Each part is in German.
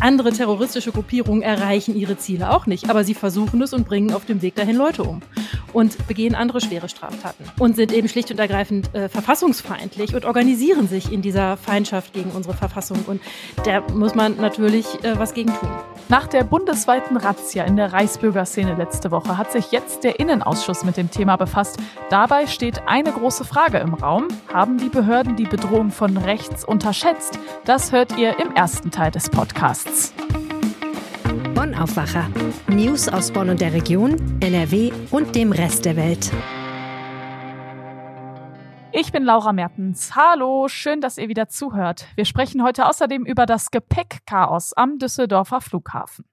Andere terroristische Gruppierungen erreichen ihre Ziele auch nicht, aber sie versuchen es und bringen auf dem Weg dahin Leute um und begehen andere schwere Straftaten und sind eben schlicht und ergreifend verfassungsfeindlich und organisieren sich in dieser Feindschaft gegen unsere Verfassung. Und da muss man natürlich was gegen tun. Nach der bundesweiten Razzia in der Reichsbürgerszene letzte Woche hat sich jetzt der Innenausschuss mit dem Thema befasst. Dabei steht eine große Frage im Raum. Haben die Behörden die Bedrohung von rechts unterschätzt? Das hört ihr im ersten Teil des Podcasts. Bonn Aufwacher. News aus Bonn und der Region, NRW und dem Rest der Welt. Ich bin Laura Mertens. Hallo, schön, dass ihr wieder zuhört. Wir sprechen heute außerdem über das Gepäckchaos am Düsseldorfer Flughafen.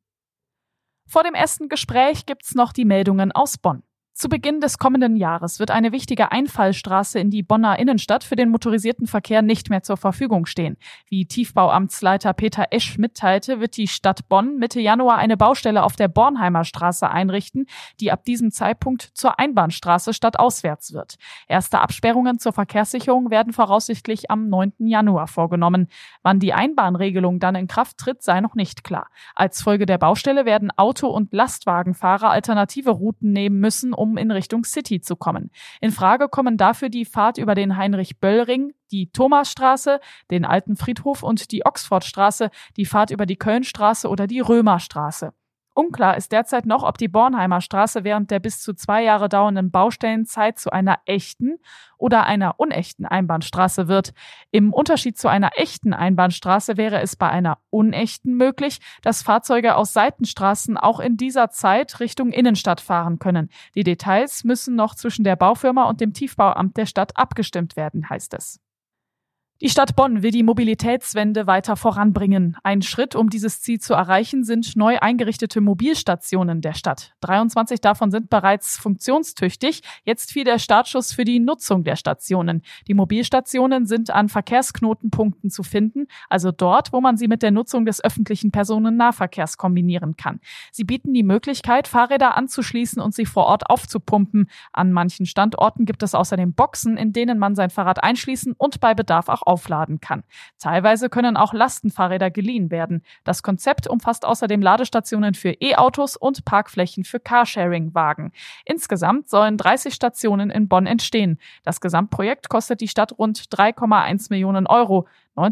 Vor dem ersten Gespräch gibt's noch die Meldungen aus Bonn. Zu Beginn des kommenden Jahres wird eine wichtige Einfallstraße in die Bonner Innenstadt für den motorisierten Verkehr nicht mehr zur Verfügung stehen. Wie Tiefbauamtsleiter Peter Esch mitteilte, wird die Stadt Bonn Mitte Januar eine Baustelle auf der Bornheimer Straße einrichten, die ab diesem Zeitpunkt zur Einbahnstraße stadtauswärts wird. Erste Absperrungen zur Verkehrssicherung werden voraussichtlich am 9. Januar vorgenommen. Wann die Einbahnregelung dann in Kraft tritt, sei noch nicht klar. Als Folge der Baustelle werden Auto- und Lastwagenfahrer alternative Routen nehmen müssen, um in Richtung City zu kommen. In Frage kommen dafür die Fahrt über den Heinrich-Böll-Ring, die Thomasstraße, den Alten Friedhof und die Oxfordstraße, die Fahrt über die Kölnstraße oder die Römerstraße. Unklar ist derzeit noch, ob die Bornheimer Straße während der bis zu 2 Jahre dauernden Baustellenzeit zu einer echten oder einer unechten Einbahnstraße wird. Im Unterschied zu einer echten Einbahnstraße wäre es bei einer unechten möglich, dass Fahrzeuge aus Seitenstraßen auch in dieser Zeit Richtung Innenstadt fahren können. Die Details müssen noch zwischen der Baufirma und dem Tiefbauamt der Stadt abgestimmt werden, heißt es. Die Stadt Bonn will die Mobilitätswende weiter voranbringen. Ein Schritt, um dieses Ziel zu erreichen, sind neu eingerichtete Mobilstationen der Stadt. 23 davon sind bereits funktionstüchtig. Jetzt fiel der Startschuss für die Nutzung der Stationen. Die Mobilstationen sind an Verkehrsknotenpunkten zu finden, also dort, wo man sie mit der Nutzung des öffentlichen Personennahverkehrs kombinieren kann. Sie bieten die Möglichkeit, Fahrräder anzuschließen und sie vor Ort aufzupumpen. An manchen Standorten gibt es außerdem Boxen, in denen man sein Fahrrad einschließen und bei Bedarf auch aufladen kann. Teilweise können auch Lastenfahrräder geliehen werden. Das Konzept umfasst außerdem Ladestationen für E-Autos und Parkflächen für Carsharing-Wagen. Insgesamt sollen 30 Stationen in Bonn entstehen. Das Gesamtprojekt kostet die Stadt rund 3,1 Millionen Euro.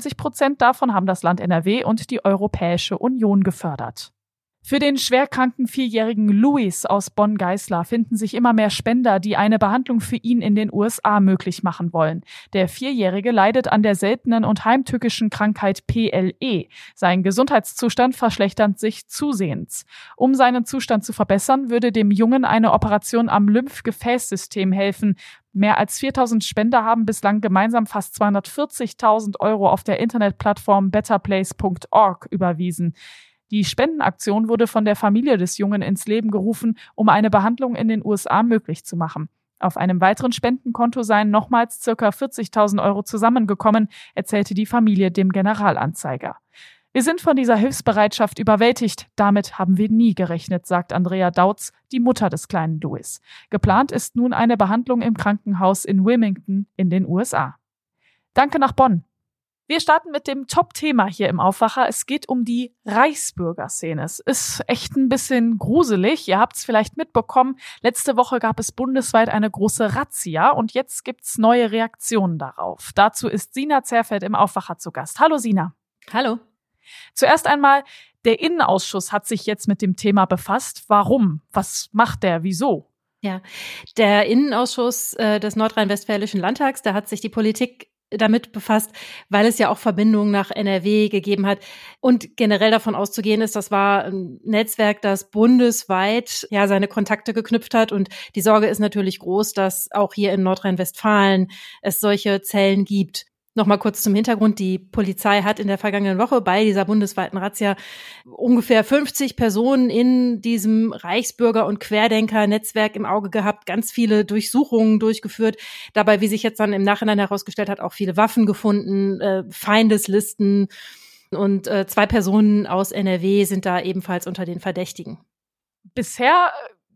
90% davon haben das Land NRW und die Europäische Union gefördert. Für den schwerkranken 4-jährigen Luis aus Bonn-Geislar finden sich immer mehr Spender, die eine Behandlung für ihn in den USA möglich machen wollen. Der 4-Jährige leidet an der seltenen und heimtückischen Krankheit PLE. Sein Gesundheitszustand verschlechtert sich zusehends. Um seinen Zustand zu verbessern, würde dem Jungen eine Operation am Lymphgefäßsystem helfen. Mehr als 4.000 Spender haben bislang gemeinsam fast 240.000 Euro auf der Internetplattform betterplace.org überwiesen. Die Spendenaktion wurde von der Familie des Jungen ins Leben gerufen, um eine Behandlung in den USA möglich zu machen. Auf einem weiteren Spendenkonto seien nochmals ca. 40.000 Euro zusammengekommen, erzählte die Familie dem Generalanzeiger. Wir sind von dieser Hilfsbereitschaft überwältigt. Damit haben wir nie gerechnet, sagt Andrea Dautz, die Mutter des kleinen Louis. Geplant ist nun eine Behandlung im Krankenhaus in Wilmington in den USA. Danke nach Bonn. Wir starten mit dem Top-Thema hier im Aufwacher. Es geht um die Reichsbürgerszene. Es ist echt ein bisschen gruselig. Ihr habt es vielleicht mitbekommen. Letzte Woche gab es bundesweit eine große Razzia und jetzt gibt's neue Reaktionen darauf. Dazu ist Sina Zerfeld im Aufwacher zu Gast. Hallo Sina. Hallo. Zuerst einmal, der Innenausschuss hat sich jetzt mit dem Thema befasst. Warum? Was macht der? Wieso? Ja, der Innenausschuss des Nordrhein-Westfälischen Landtags, da hat sich die Politik damit befasst, weil es ja auch Verbindungen nach NRW gegeben hat und generell davon auszugehen ist, das war ein Netzwerk, das bundesweit ja seine Kontakte geknüpft hat und die Sorge ist natürlich groß, dass auch hier in Nordrhein-Westfalen es solche Zellen gibt. Nochmal kurz zum Hintergrund. Die Polizei hat in der vergangenen Woche bei dieser bundesweiten Razzia ungefähr 50 Personen in diesem Reichsbürger- und Querdenker-Netzwerk im Auge gehabt, ganz viele Durchsuchungen durchgeführt. Dabei, wie sich jetzt dann im Nachhinein herausgestellt hat, auch viele Waffen gefunden, Feindeslisten und 2 Personen aus NRW sind da ebenfalls unter den Verdächtigen. Bisher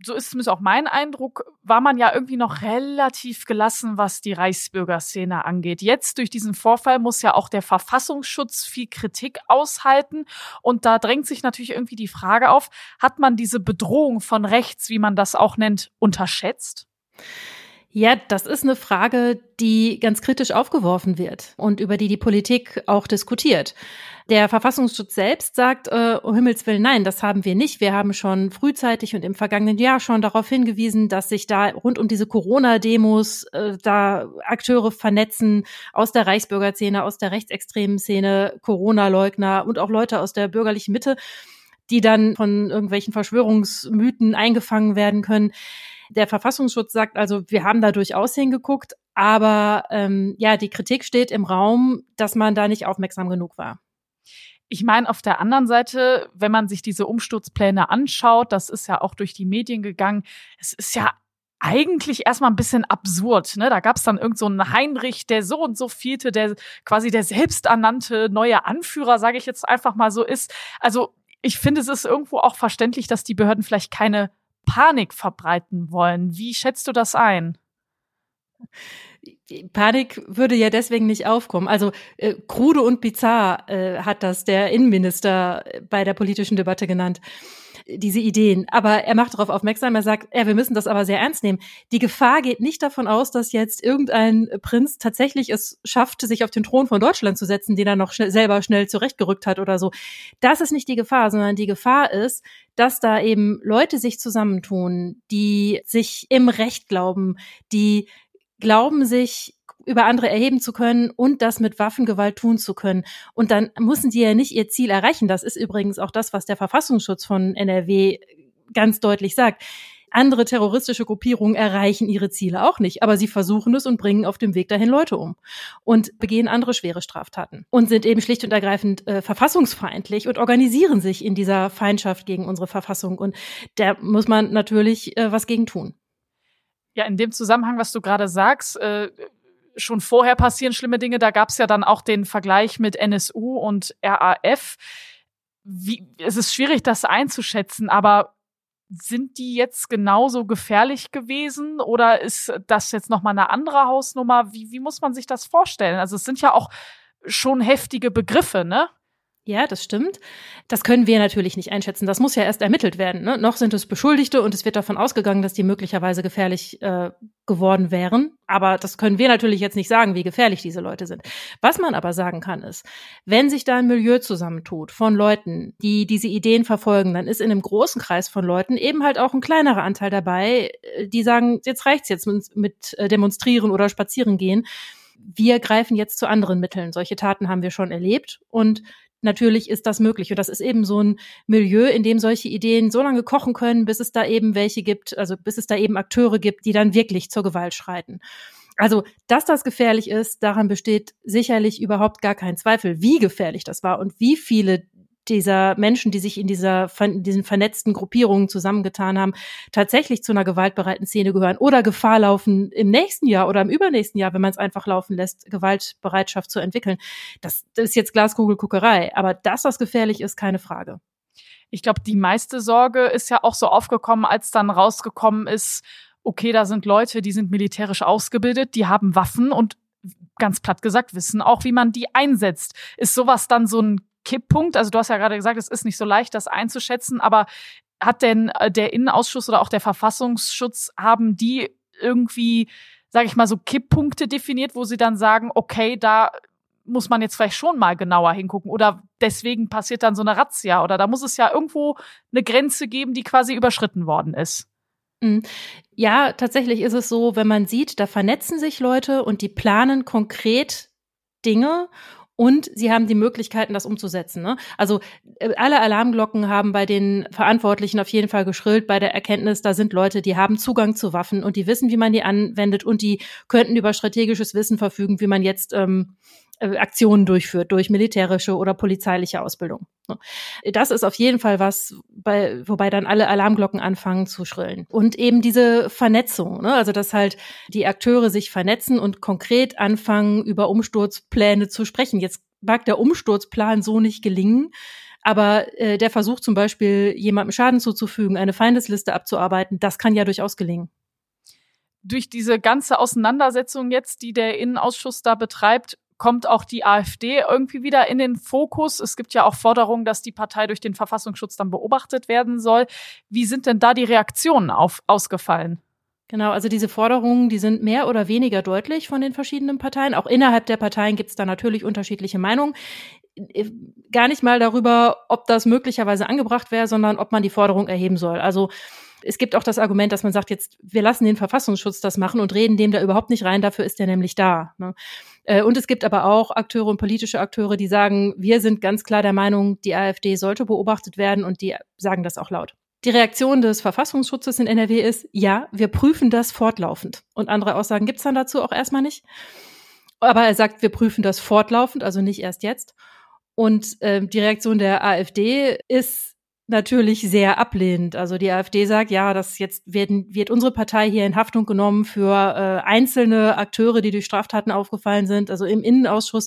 so ist zumindest auch mein Eindruck, war man ja irgendwie noch relativ gelassen, was die Reichsbürgerszene angeht. Jetzt durch diesen Vorfall muss ja auch der Verfassungsschutz viel Kritik aushalten. Und da drängt sich natürlich irgendwie die Frage auf, hat man diese Bedrohung von rechts, wie man das auch nennt, unterschätzt? Ja, das ist eine Frage, die ganz kritisch aufgeworfen wird und über die Politik auch diskutiert. Der Verfassungsschutz selbst sagt, um Himmels Willen, nein, das haben wir nicht. Wir haben schon frühzeitig und im vergangenen Jahr schon darauf hingewiesen, dass sich da rund um diese Corona-Demos da Akteure vernetzen aus der Reichsbürgerszene, aus der rechtsextremen Szene, Corona-Leugner und auch Leute aus der bürgerlichen Mitte, die dann von irgendwelchen Verschwörungsmythen eingefangen werden können. Der Verfassungsschutz sagt also, wir haben da durchaus hingeguckt, aber die Kritik steht im Raum, dass man da nicht aufmerksam genug war. Ich meine, auf der anderen Seite, wenn man sich diese Umsturzpläne anschaut, das ist ja auch durch die Medien gegangen, es ist ja eigentlich erstmal ein bisschen absurd, ne? Da gab es dann irgend so einen Heinrich, der so und so vielte, der quasi der selbsternannte neue Anführer, sage ich jetzt einfach mal so ist. Also ich finde, es ist irgendwo auch verständlich, dass die Behörden vielleicht keine Panik verbreiten wollen. Wie schätzt du das ein? Panik würde ja deswegen nicht aufkommen. Also krude und bizarr hat das der Innenminister bei der politischen Debatte genannt, diese Ideen. Aber er macht darauf aufmerksam, er sagt, wir müssen das aber sehr ernst nehmen. Die Gefahr geht nicht davon aus, dass jetzt irgendein Prinz tatsächlich es schafft, sich auf den Thron von Deutschland zu setzen, den er noch selber schnell zurechtgerückt hat oder so. Das ist nicht die Gefahr, sondern die Gefahr ist, dass da eben Leute sich zusammentun, die sich im Recht glauben, die glauben, sich über andere erheben zu können und das mit Waffengewalt tun zu können. Und dann müssen die ja nicht ihr Ziel erreichen. Das ist übrigens auch das, was der Verfassungsschutz von NRW ganz deutlich sagt. Andere terroristische Gruppierungen erreichen ihre Ziele auch nicht, aber sie versuchen es und bringen auf dem Weg dahin Leute um und begehen andere schwere Straftaten und sind eben schlicht und ergreifend verfassungsfeindlich und organisieren sich in dieser Feindschaft gegen unsere Verfassung. Und da muss man natürlich was gegen tun. Ja, in dem Zusammenhang, was du gerade sagst, schon vorher passieren schlimme Dinge. Da gab es ja dann auch den Vergleich mit NSU und RAF. Es ist schwierig, das einzuschätzen, aber sind die jetzt genauso gefährlich gewesen oder ist das jetzt nochmal eine andere Hausnummer? Wie muss man sich das vorstellen? Also es sind ja auch schon heftige Begriffe, ne? Ja, das stimmt. Das können wir natürlich nicht einschätzen. Das muss ja erst ermittelt werden, ne? Noch sind es Beschuldigte und es wird davon ausgegangen, dass die möglicherweise gefährlich geworden wären. Aber das können wir natürlich jetzt nicht sagen, wie gefährlich diese Leute sind. Was man aber sagen kann ist, wenn sich da ein Milieu zusammentut von Leuten, die diese Ideen verfolgen, dann ist in einem großen Kreis von Leuten eben halt auch ein kleinerer Anteil dabei, die sagen, jetzt reicht's jetzt mit Demonstrieren oder Spazieren gehen. Wir greifen jetzt zu anderen Mitteln. Solche Taten haben wir schon erlebt und natürlich ist das möglich. Und das ist eben so ein Milieu, in dem solche Ideen so lange kochen können, bis es da eben welche gibt, also bis es da eben Akteure gibt, die dann wirklich zur Gewalt schreiten. Also, dass das gefährlich ist, daran besteht sicherlich überhaupt gar kein Zweifel, wie gefährlich das war und wie viele dieser Menschen, die sich in diesen vernetzten Gruppierungen zusammengetan haben, tatsächlich zu einer gewaltbereiten Szene gehören oder Gefahr laufen, im nächsten Jahr oder im übernächsten Jahr, wenn man es einfach laufen lässt, Gewaltbereitschaft zu entwickeln. Das ist jetzt Glaskugelguckerei, aber dass das gefährlich ist, keine Frage. Ich glaube, die meiste Sorge ist ja auch so aufgekommen, als dann rausgekommen ist, okay, da sind Leute, die sind militärisch ausgebildet, die haben Waffen und ganz platt gesagt wissen auch, wie man die einsetzt. Ist sowas dann so ein Kipppunkt? Also du hast ja gerade gesagt, es ist nicht so leicht, das einzuschätzen, aber hat denn der Innenausschuss oder auch der Verfassungsschutz, haben die irgendwie, sage ich mal, so Kipppunkte definiert, wo sie dann sagen, okay, da muss man jetzt vielleicht schon mal genauer hingucken oder deswegen passiert dann so eine Razzia oder da muss es ja irgendwo eine Grenze geben, die quasi überschritten worden ist? Ja, tatsächlich ist es so, wenn man sieht, da vernetzen sich Leute und die planen konkret Dinge und sie haben die Möglichkeiten, das umzusetzen, ne? Also alle Alarmglocken haben bei den Verantwortlichen auf jeden Fall geschrillt bei der Erkenntnis, da sind Leute, die haben Zugang zu Waffen und die wissen, wie man die anwendet und die könnten über strategisches Wissen verfügen, wie man jetzt Aktionen durchführt, durch militärische oder polizeiliche Ausbildung. Das ist auf jeden Fall was, wobei dann alle Alarmglocken anfangen zu schrillen. Und eben diese Vernetzung, ne? Also dass halt die Akteure sich vernetzen und konkret anfangen, über Umsturzpläne zu sprechen. Jetzt mag der Umsturzplan so nicht gelingen, Aber der Versuch zum Beispiel, jemandem Schaden zuzufügen, eine Feindesliste abzuarbeiten, das kann ja durchaus gelingen. Durch diese ganze Auseinandersetzung jetzt, die der Innenausschuss da betreibt, kommt auch die AfD irgendwie wieder in den Fokus. Es gibt ja auch Forderungen, dass die Partei durch den Verfassungsschutz dann beobachtet werden soll. Wie sind denn da die Reaktionen ausgefallen? Genau, also diese Forderungen, die sind mehr oder weniger deutlich von den verschiedenen Parteien. Auch innerhalb der Parteien gibt es da natürlich unterschiedliche Meinungen. Gar nicht mal darüber, ob das möglicherweise angebracht wäre, sondern ob man die Forderung erheben soll. Also es gibt auch das Argument, dass man sagt, jetzt wir lassen den Verfassungsschutz das machen und reden dem da überhaupt nicht rein, dafür ist der nämlich da. Ne? Und es gibt aber auch Akteure und politische Akteure, die sagen, wir sind ganz klar der Meinung, die AfD sollte beobachtet werden, und die sagen das auch laut. Die Reaktion des Verfassungsschutzes in NRW ist, ja, wir prüfen das fortlaufend. Und andere Aussagen gibt's dann dazu auch erstmal nicht. Aber er sagt, wir prüfen das fortlaufend, also nicht erst jetzt. Und die Reaktion der AfD ist natürlich sehr ablehnend. Also die AfD sagt, ja, das jetzt wird unsere Partei hier in Haftung genommen für einzelne Akteure, die durch Straftaten aufgefallen sind. Also im Innenausschuss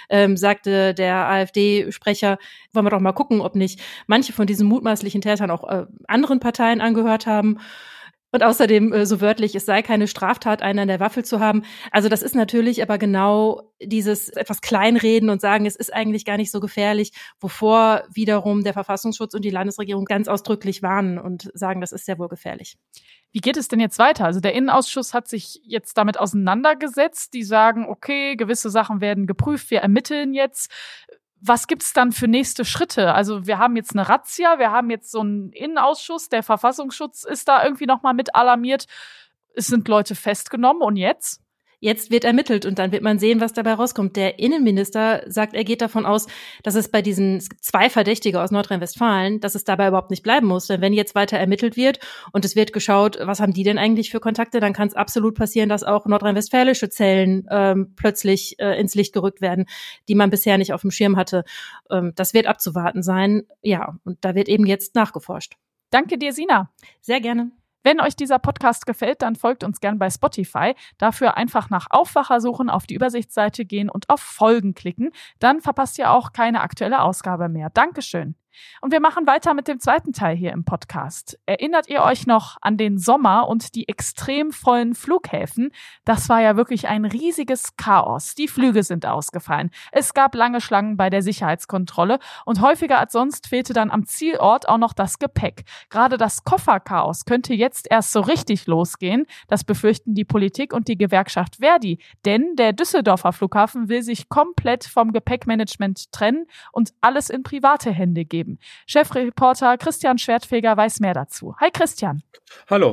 sagte der AfD-Sprecher, wollen wir doch mal gucken, ob nicht manche von diesen mutmaßlichen Tätern auch anderen Parteien angehört haben. Und außerdem, so wörtlich, es sei keine Straftat, einen an der Waffel zu haben. Also das ist natürlich aber genau dieses etwas Kleinreden und sagen, es ist eigentlich gar nicht so gefährlich, wovor wiederum der Verfassungsschutz und die Landesregierung ganz ausdrücklich warnen und sagen, das ist sehr wohl gefährlich. Wie geht es denn jetzt weiter? Also der Innenausschuss hat sich jetzt damit auseinandergesetzt. Die sagen, okay, gewisse Sachen werden geprüft, wir ermitteln jetzt. Was gibt's dann für nächste Schritte? Also wir haben jetzt eine Razzia, wir haben jetzt so einen Innenausschuss, der Verfassungsschutz ist da irgendwie nochmal mit alarmiert. Es sind Leute festgenommen, und jetzt? Jetzt wird ermittelt und dann wird man sehen, was dabei rauskommt. Der Innenminister sagt, er geht davon aus, dass es bei es gibt 2 Verdächtige aus Nordrhein-Westfalen, dass es dabei überhaupt nicht bleiben muss. Denn wenn jetzt weiter ermittelt wird und es wird geschaut, was haben die denn eigentlich für Kontakte, dann kann es absolut passieren, dass auch nordrhein-westfälische Zellen plötzlich ins Licht gerückt werden, die man bisher nicht auf dem Schirm hatte. Das wird abzuwarten sein. Ja, und da wird eben jetzt nachgeforscht. Danke dir, Sina. Sehr gerne. Wenn euch dieser Podcast gefällt, dann folgt uns gern bei Spotify. Dafür einfach nach Aufwacher suchen, auf die Übersichtsseite gehen und auf Folgen klicken. Dann verpasst ihr auch keine aktuelle Ausgabe mehr. Dankeschön. Und wir machen weiter mit dem zweiten Teil hier im Podcast. Erinnert ihr euch noch an den Sommer und die extrem vollen Flughäfen? Das war ja wirklich ein riesiges Chaos. Die Flüge sind ausgefallen. Es gab lange Schlangen bei der Sicherheitskontrolle und häufiger als sonst fehlte dann am Zielort auch noch das Gepäck. Gerade das Kofferchaos könnte jetzt erst so richtig losgehen. Das befürchten die Politik und die Gewerkschaft Verdi. Denn der Düsseldorfer Flughafen will sich komplett vom Gepäckmanagement trennen und alles in private Hände geben. Chefreporter Christian Schwertfeger weiß mehr dazu. Hi Christian. Hallo.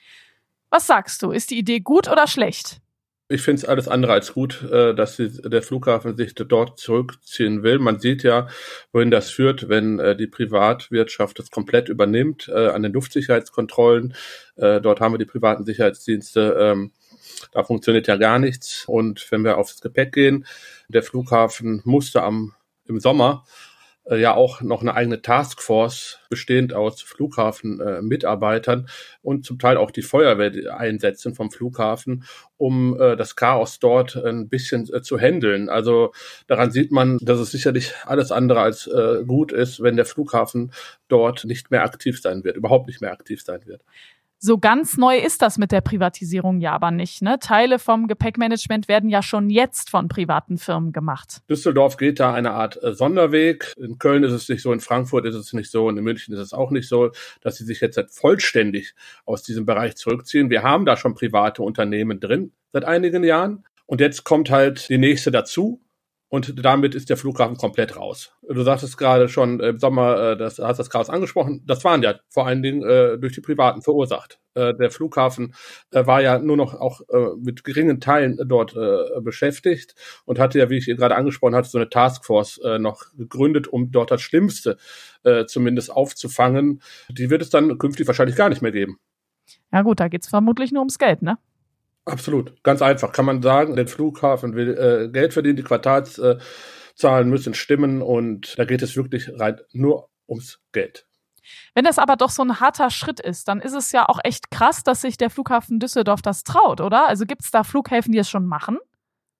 Was sagst du? Ist die Idee gut oder schlecht? Ich finde es alles andere als gut, dass der Flughafen sich dort zurückziehen will. Man sieht ja, wohin das führt, wenn die Privatwirtschaft das komplett übernimmt an den Luftsicherheitskontrollen. Dort haben wir die privaten Sicherheitsdienste. Da funktioniert ja gar nichts. Und wenn wir aufs Gepäck gehen, der Flughafen musste im Sommer ja auch noch eine eigene Taskforce bestehend aus Flughafenmitarbeitern und zum Teil auch die Feuerwehr einsetzen vom Flughafen, um das Chaos dort ein bisschen zu handeln. Also daran sieht man, dass es sicherlich alles andere als gut ist, wenn der Flughafen dort nicht mehr aktiv sein wird, überhaupt nicht mehr aktiv sein wird. So ganz neu ist das mit der Privatisierung ja aber nicht, ne? Teile vom Gepäckmanagement werden ja schon jetzt von privaten Firmen gemacht. Düsseldorf geht da eine Art Sonderweg. In Köln ist es nicht so, in Frankfurt ist es nicht so und in München ist es auch nicht so, dass sie sich jetzt vollständig aus diesem Bereich zurückziehen. Wir haben da schon private Unternehmen drin seit einigen Jahren und jetzt kommt halt die nächste dazu. Und damit ist der Flughafen komplett raus. Du sagtest gerade schon im Sommer, hast das Chaos angesprochen. Das waren ja vor allen Dingen durch die Privaten verursacht. Der Flughafen war ja nur noch auch mit geringen Teilen dort beschäftigt und hatte ja, wie ich gerade angesprochen hatte, so eine Taskforce noch gegründet, um dort das Schlimmste zumindest aufzufangen. Die wird es dann künftig wahrscheinlich gar nicht mehr geben. Ja gut, da geht's vermutlich nur ums Geld, ne? Absolut, ganz einfach kann man sagen, der Flughafen will Geld verdienen, die Quartalszahlen müssen stimmen und da geht es wirklich rein nur ums Geld. Wenn das aber doch so ein harter Schritt ist, dann ist es ja auch echt krass, dass sich der Flughafen Düsseldorf das traut, oder? Also gibt's da Flughäfen, die es schon machen?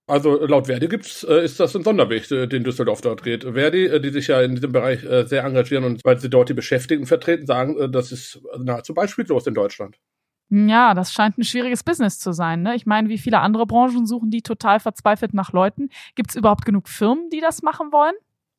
Also laut Verdi ist das ein Sonderweg, den Düsseldorf dort geht. Verdi, die sich ja in diesem Bereich sehr engagieren und weil sie dort die Beschäftigten vertreten, sagen, das ist nahezu beispiellos in Deutschland. Ja, das scheint ein schwieriges Business zu sein, ne? Ich meine, wie viele andere Branchen suchen die total verzweifelt nach Leuten? Gibt es überhaupt genug Firmen, die das machen wollen?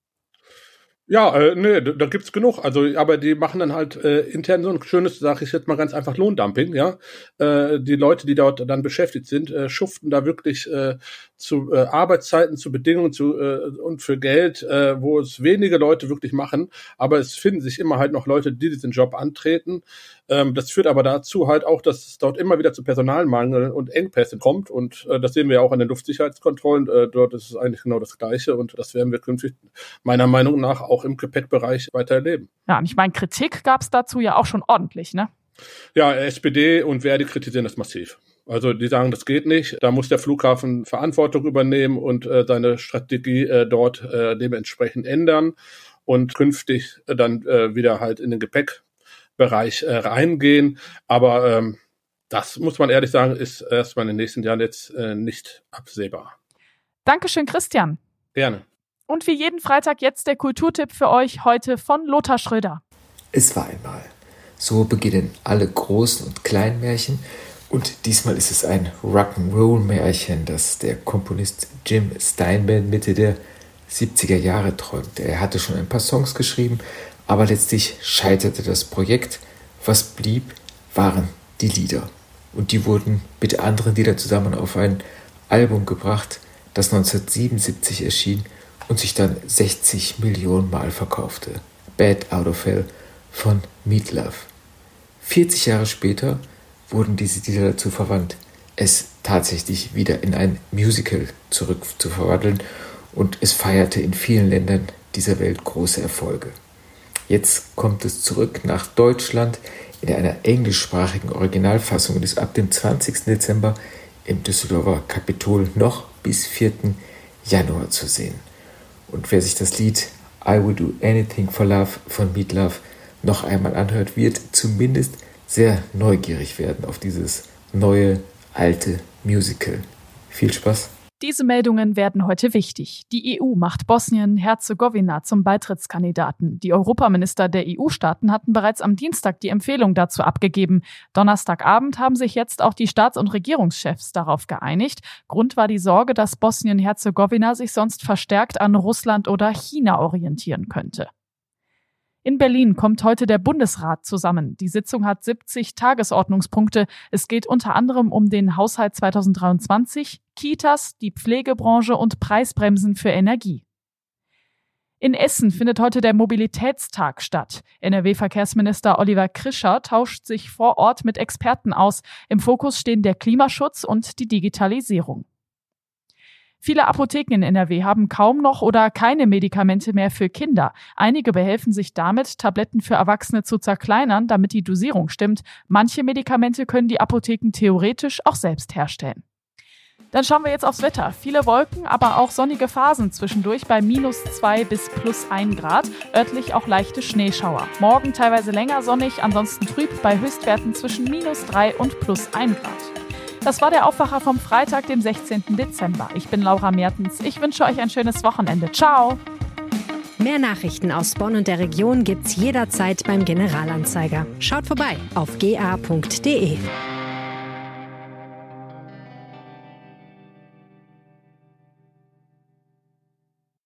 Ja, nee, da gibt's genug. Also, aber die machen dann halt intern so ein schönes, sage ich jetzt mal ganz einfach, Lohndumping, ja. Die Leute, die dort dann beschäftigt sind, schuften da wirklich zu Arbeitszeiten, zu Bedingungen und für Geld, wo es wenige Leute wirklich machen. Aber es finden sich immer halt noch Leute, die diesen Job antreten. Das führt aber dazu halt auch, dass es dort immer wieder zu Personalmangel und Engpässen kommt. Und das sehen wir ja auch an den Luftsicherheitskontrollen. Dort ist es eigentlich genau das Gleiche. Und das werden wir künftig meiner Meinung nach auch im Gepäckbereich weiter erleben. Ja, und ich meine, Kritik gab es dazu ja auch schon ordentlich, ne? Ja, SPD und Verdi kritisieren das massiv. Also die sagen, das geht nicht. Da muss der Flughafen Verantwortung übernehmen und seine Strategie dort dementsprechend ändern und künftig dann wieder halt in den Gepäckbereich reingehen. Aber das, muss man ehrlich sagen, ist erstmal in den nächsten Jahren jetzt nicht absehbar. Dankeschön, Christian. Gerne. Und wie jeden Freitag jetzt der Kulturtipp für euch, heute von Lothar Schröder. Es war einmal. So beginnen alle großen und kleinen Märchen. Und diesmal ist es ein Rock'n'Roll-Märchen, das der Komponist Jim Steinman Mitte der 70er Jahre träumte. Er hatte schon ein paar Songs geschrieben, aber letztlich scheiterte das Projekt. Was blieb, waren die Lieder. Und die wurden mit anderen Liedern zusammen auf ein Album gebracht, das 1977 erschien und sich dann 60 Millionen Mal verkaufte. Bad Out of Hell von Meat Loaf. 40 Jahre später wurden diese Lieder dazu verwandt, es tatsächlich wieder in ein Musical zurückzuverwandeln, und es feierte in vielen Ländern dieser Welt große Erfolge. Jetzt kommt es zurück nach Deutschland in einer englischsprachigen Originalfassung und ist ab dem 20. Dezember im Düsseldorfer Kapitol noch bis 4. Januar zu sehen. Und wer sich das Lied I Would Do Anything for Love von Meat Loaf noch einmal anhört, wird zumindest sehr neugierig werden auf dieses neue, alte Musical. Viel Spaß! Diese Meldungen werden heute wichtig. Die EU macht Bosnien-Herzegowina zum Beitrittskandidaten. Die Europaminister der EU-Staaten hatten bereits am Dienstag die Empfehlung dazu abgegeben. Donnerstagabend haben sich jetzt auch die Staats- und Regierungschefs darauf geeinigt. Grund war die Sorge, dass Bosnien-Herzegowina sich sonst verstärkt an Russland oder China orientieren könnte. In Berlin kommt heute der Bundesrat zusammen. Die Sitzung hat 70 Tagesordnungspunkte. Es geht unter anderem um den Haushalt 2023, Kitas, die Pflegebranche und Preisbremsen für Energie. In Essen findet heute der Mobilitätstag statt. NRW-Verkehrsminister Oliver Krischer tauscht sich vor Ort mit Experten aus. Im Fokus stehen der Klimaschutz und die Digitalisierung. Viele Apotheken in NRW haben kaum noch oder keine Medikamente mehr für Kinder. Einige behelfen sich damit, Tabletten für Erwachsene zu zerkleinern, damit die Dosierung stimmt. Manche Medikamente können die Apotheken theoretisch auch selbst herstellen. Dann schauen wir jetzt aufs Wetter. Viele Wolken, aber auch sonnige Phasen zwischendurch bei -2 bis +1 Grad. Örtlich auch leichte Schneeschauer. Morgen teilweise länger sonnig, ansonsten trüb bei Höchstwerten zwischen -3 und +1 Grad. Das war der Aufwacher vom Freitag, dem 16. Dezember. Ich bin Laura Mertens. Ich wünsche euch ein schönes Wochenende. Ciao! Mehr Nachrichten aus Bonn und der Region gibt's jederzeit beim Generalanzeiger. Schaut vorbei auf ga.de.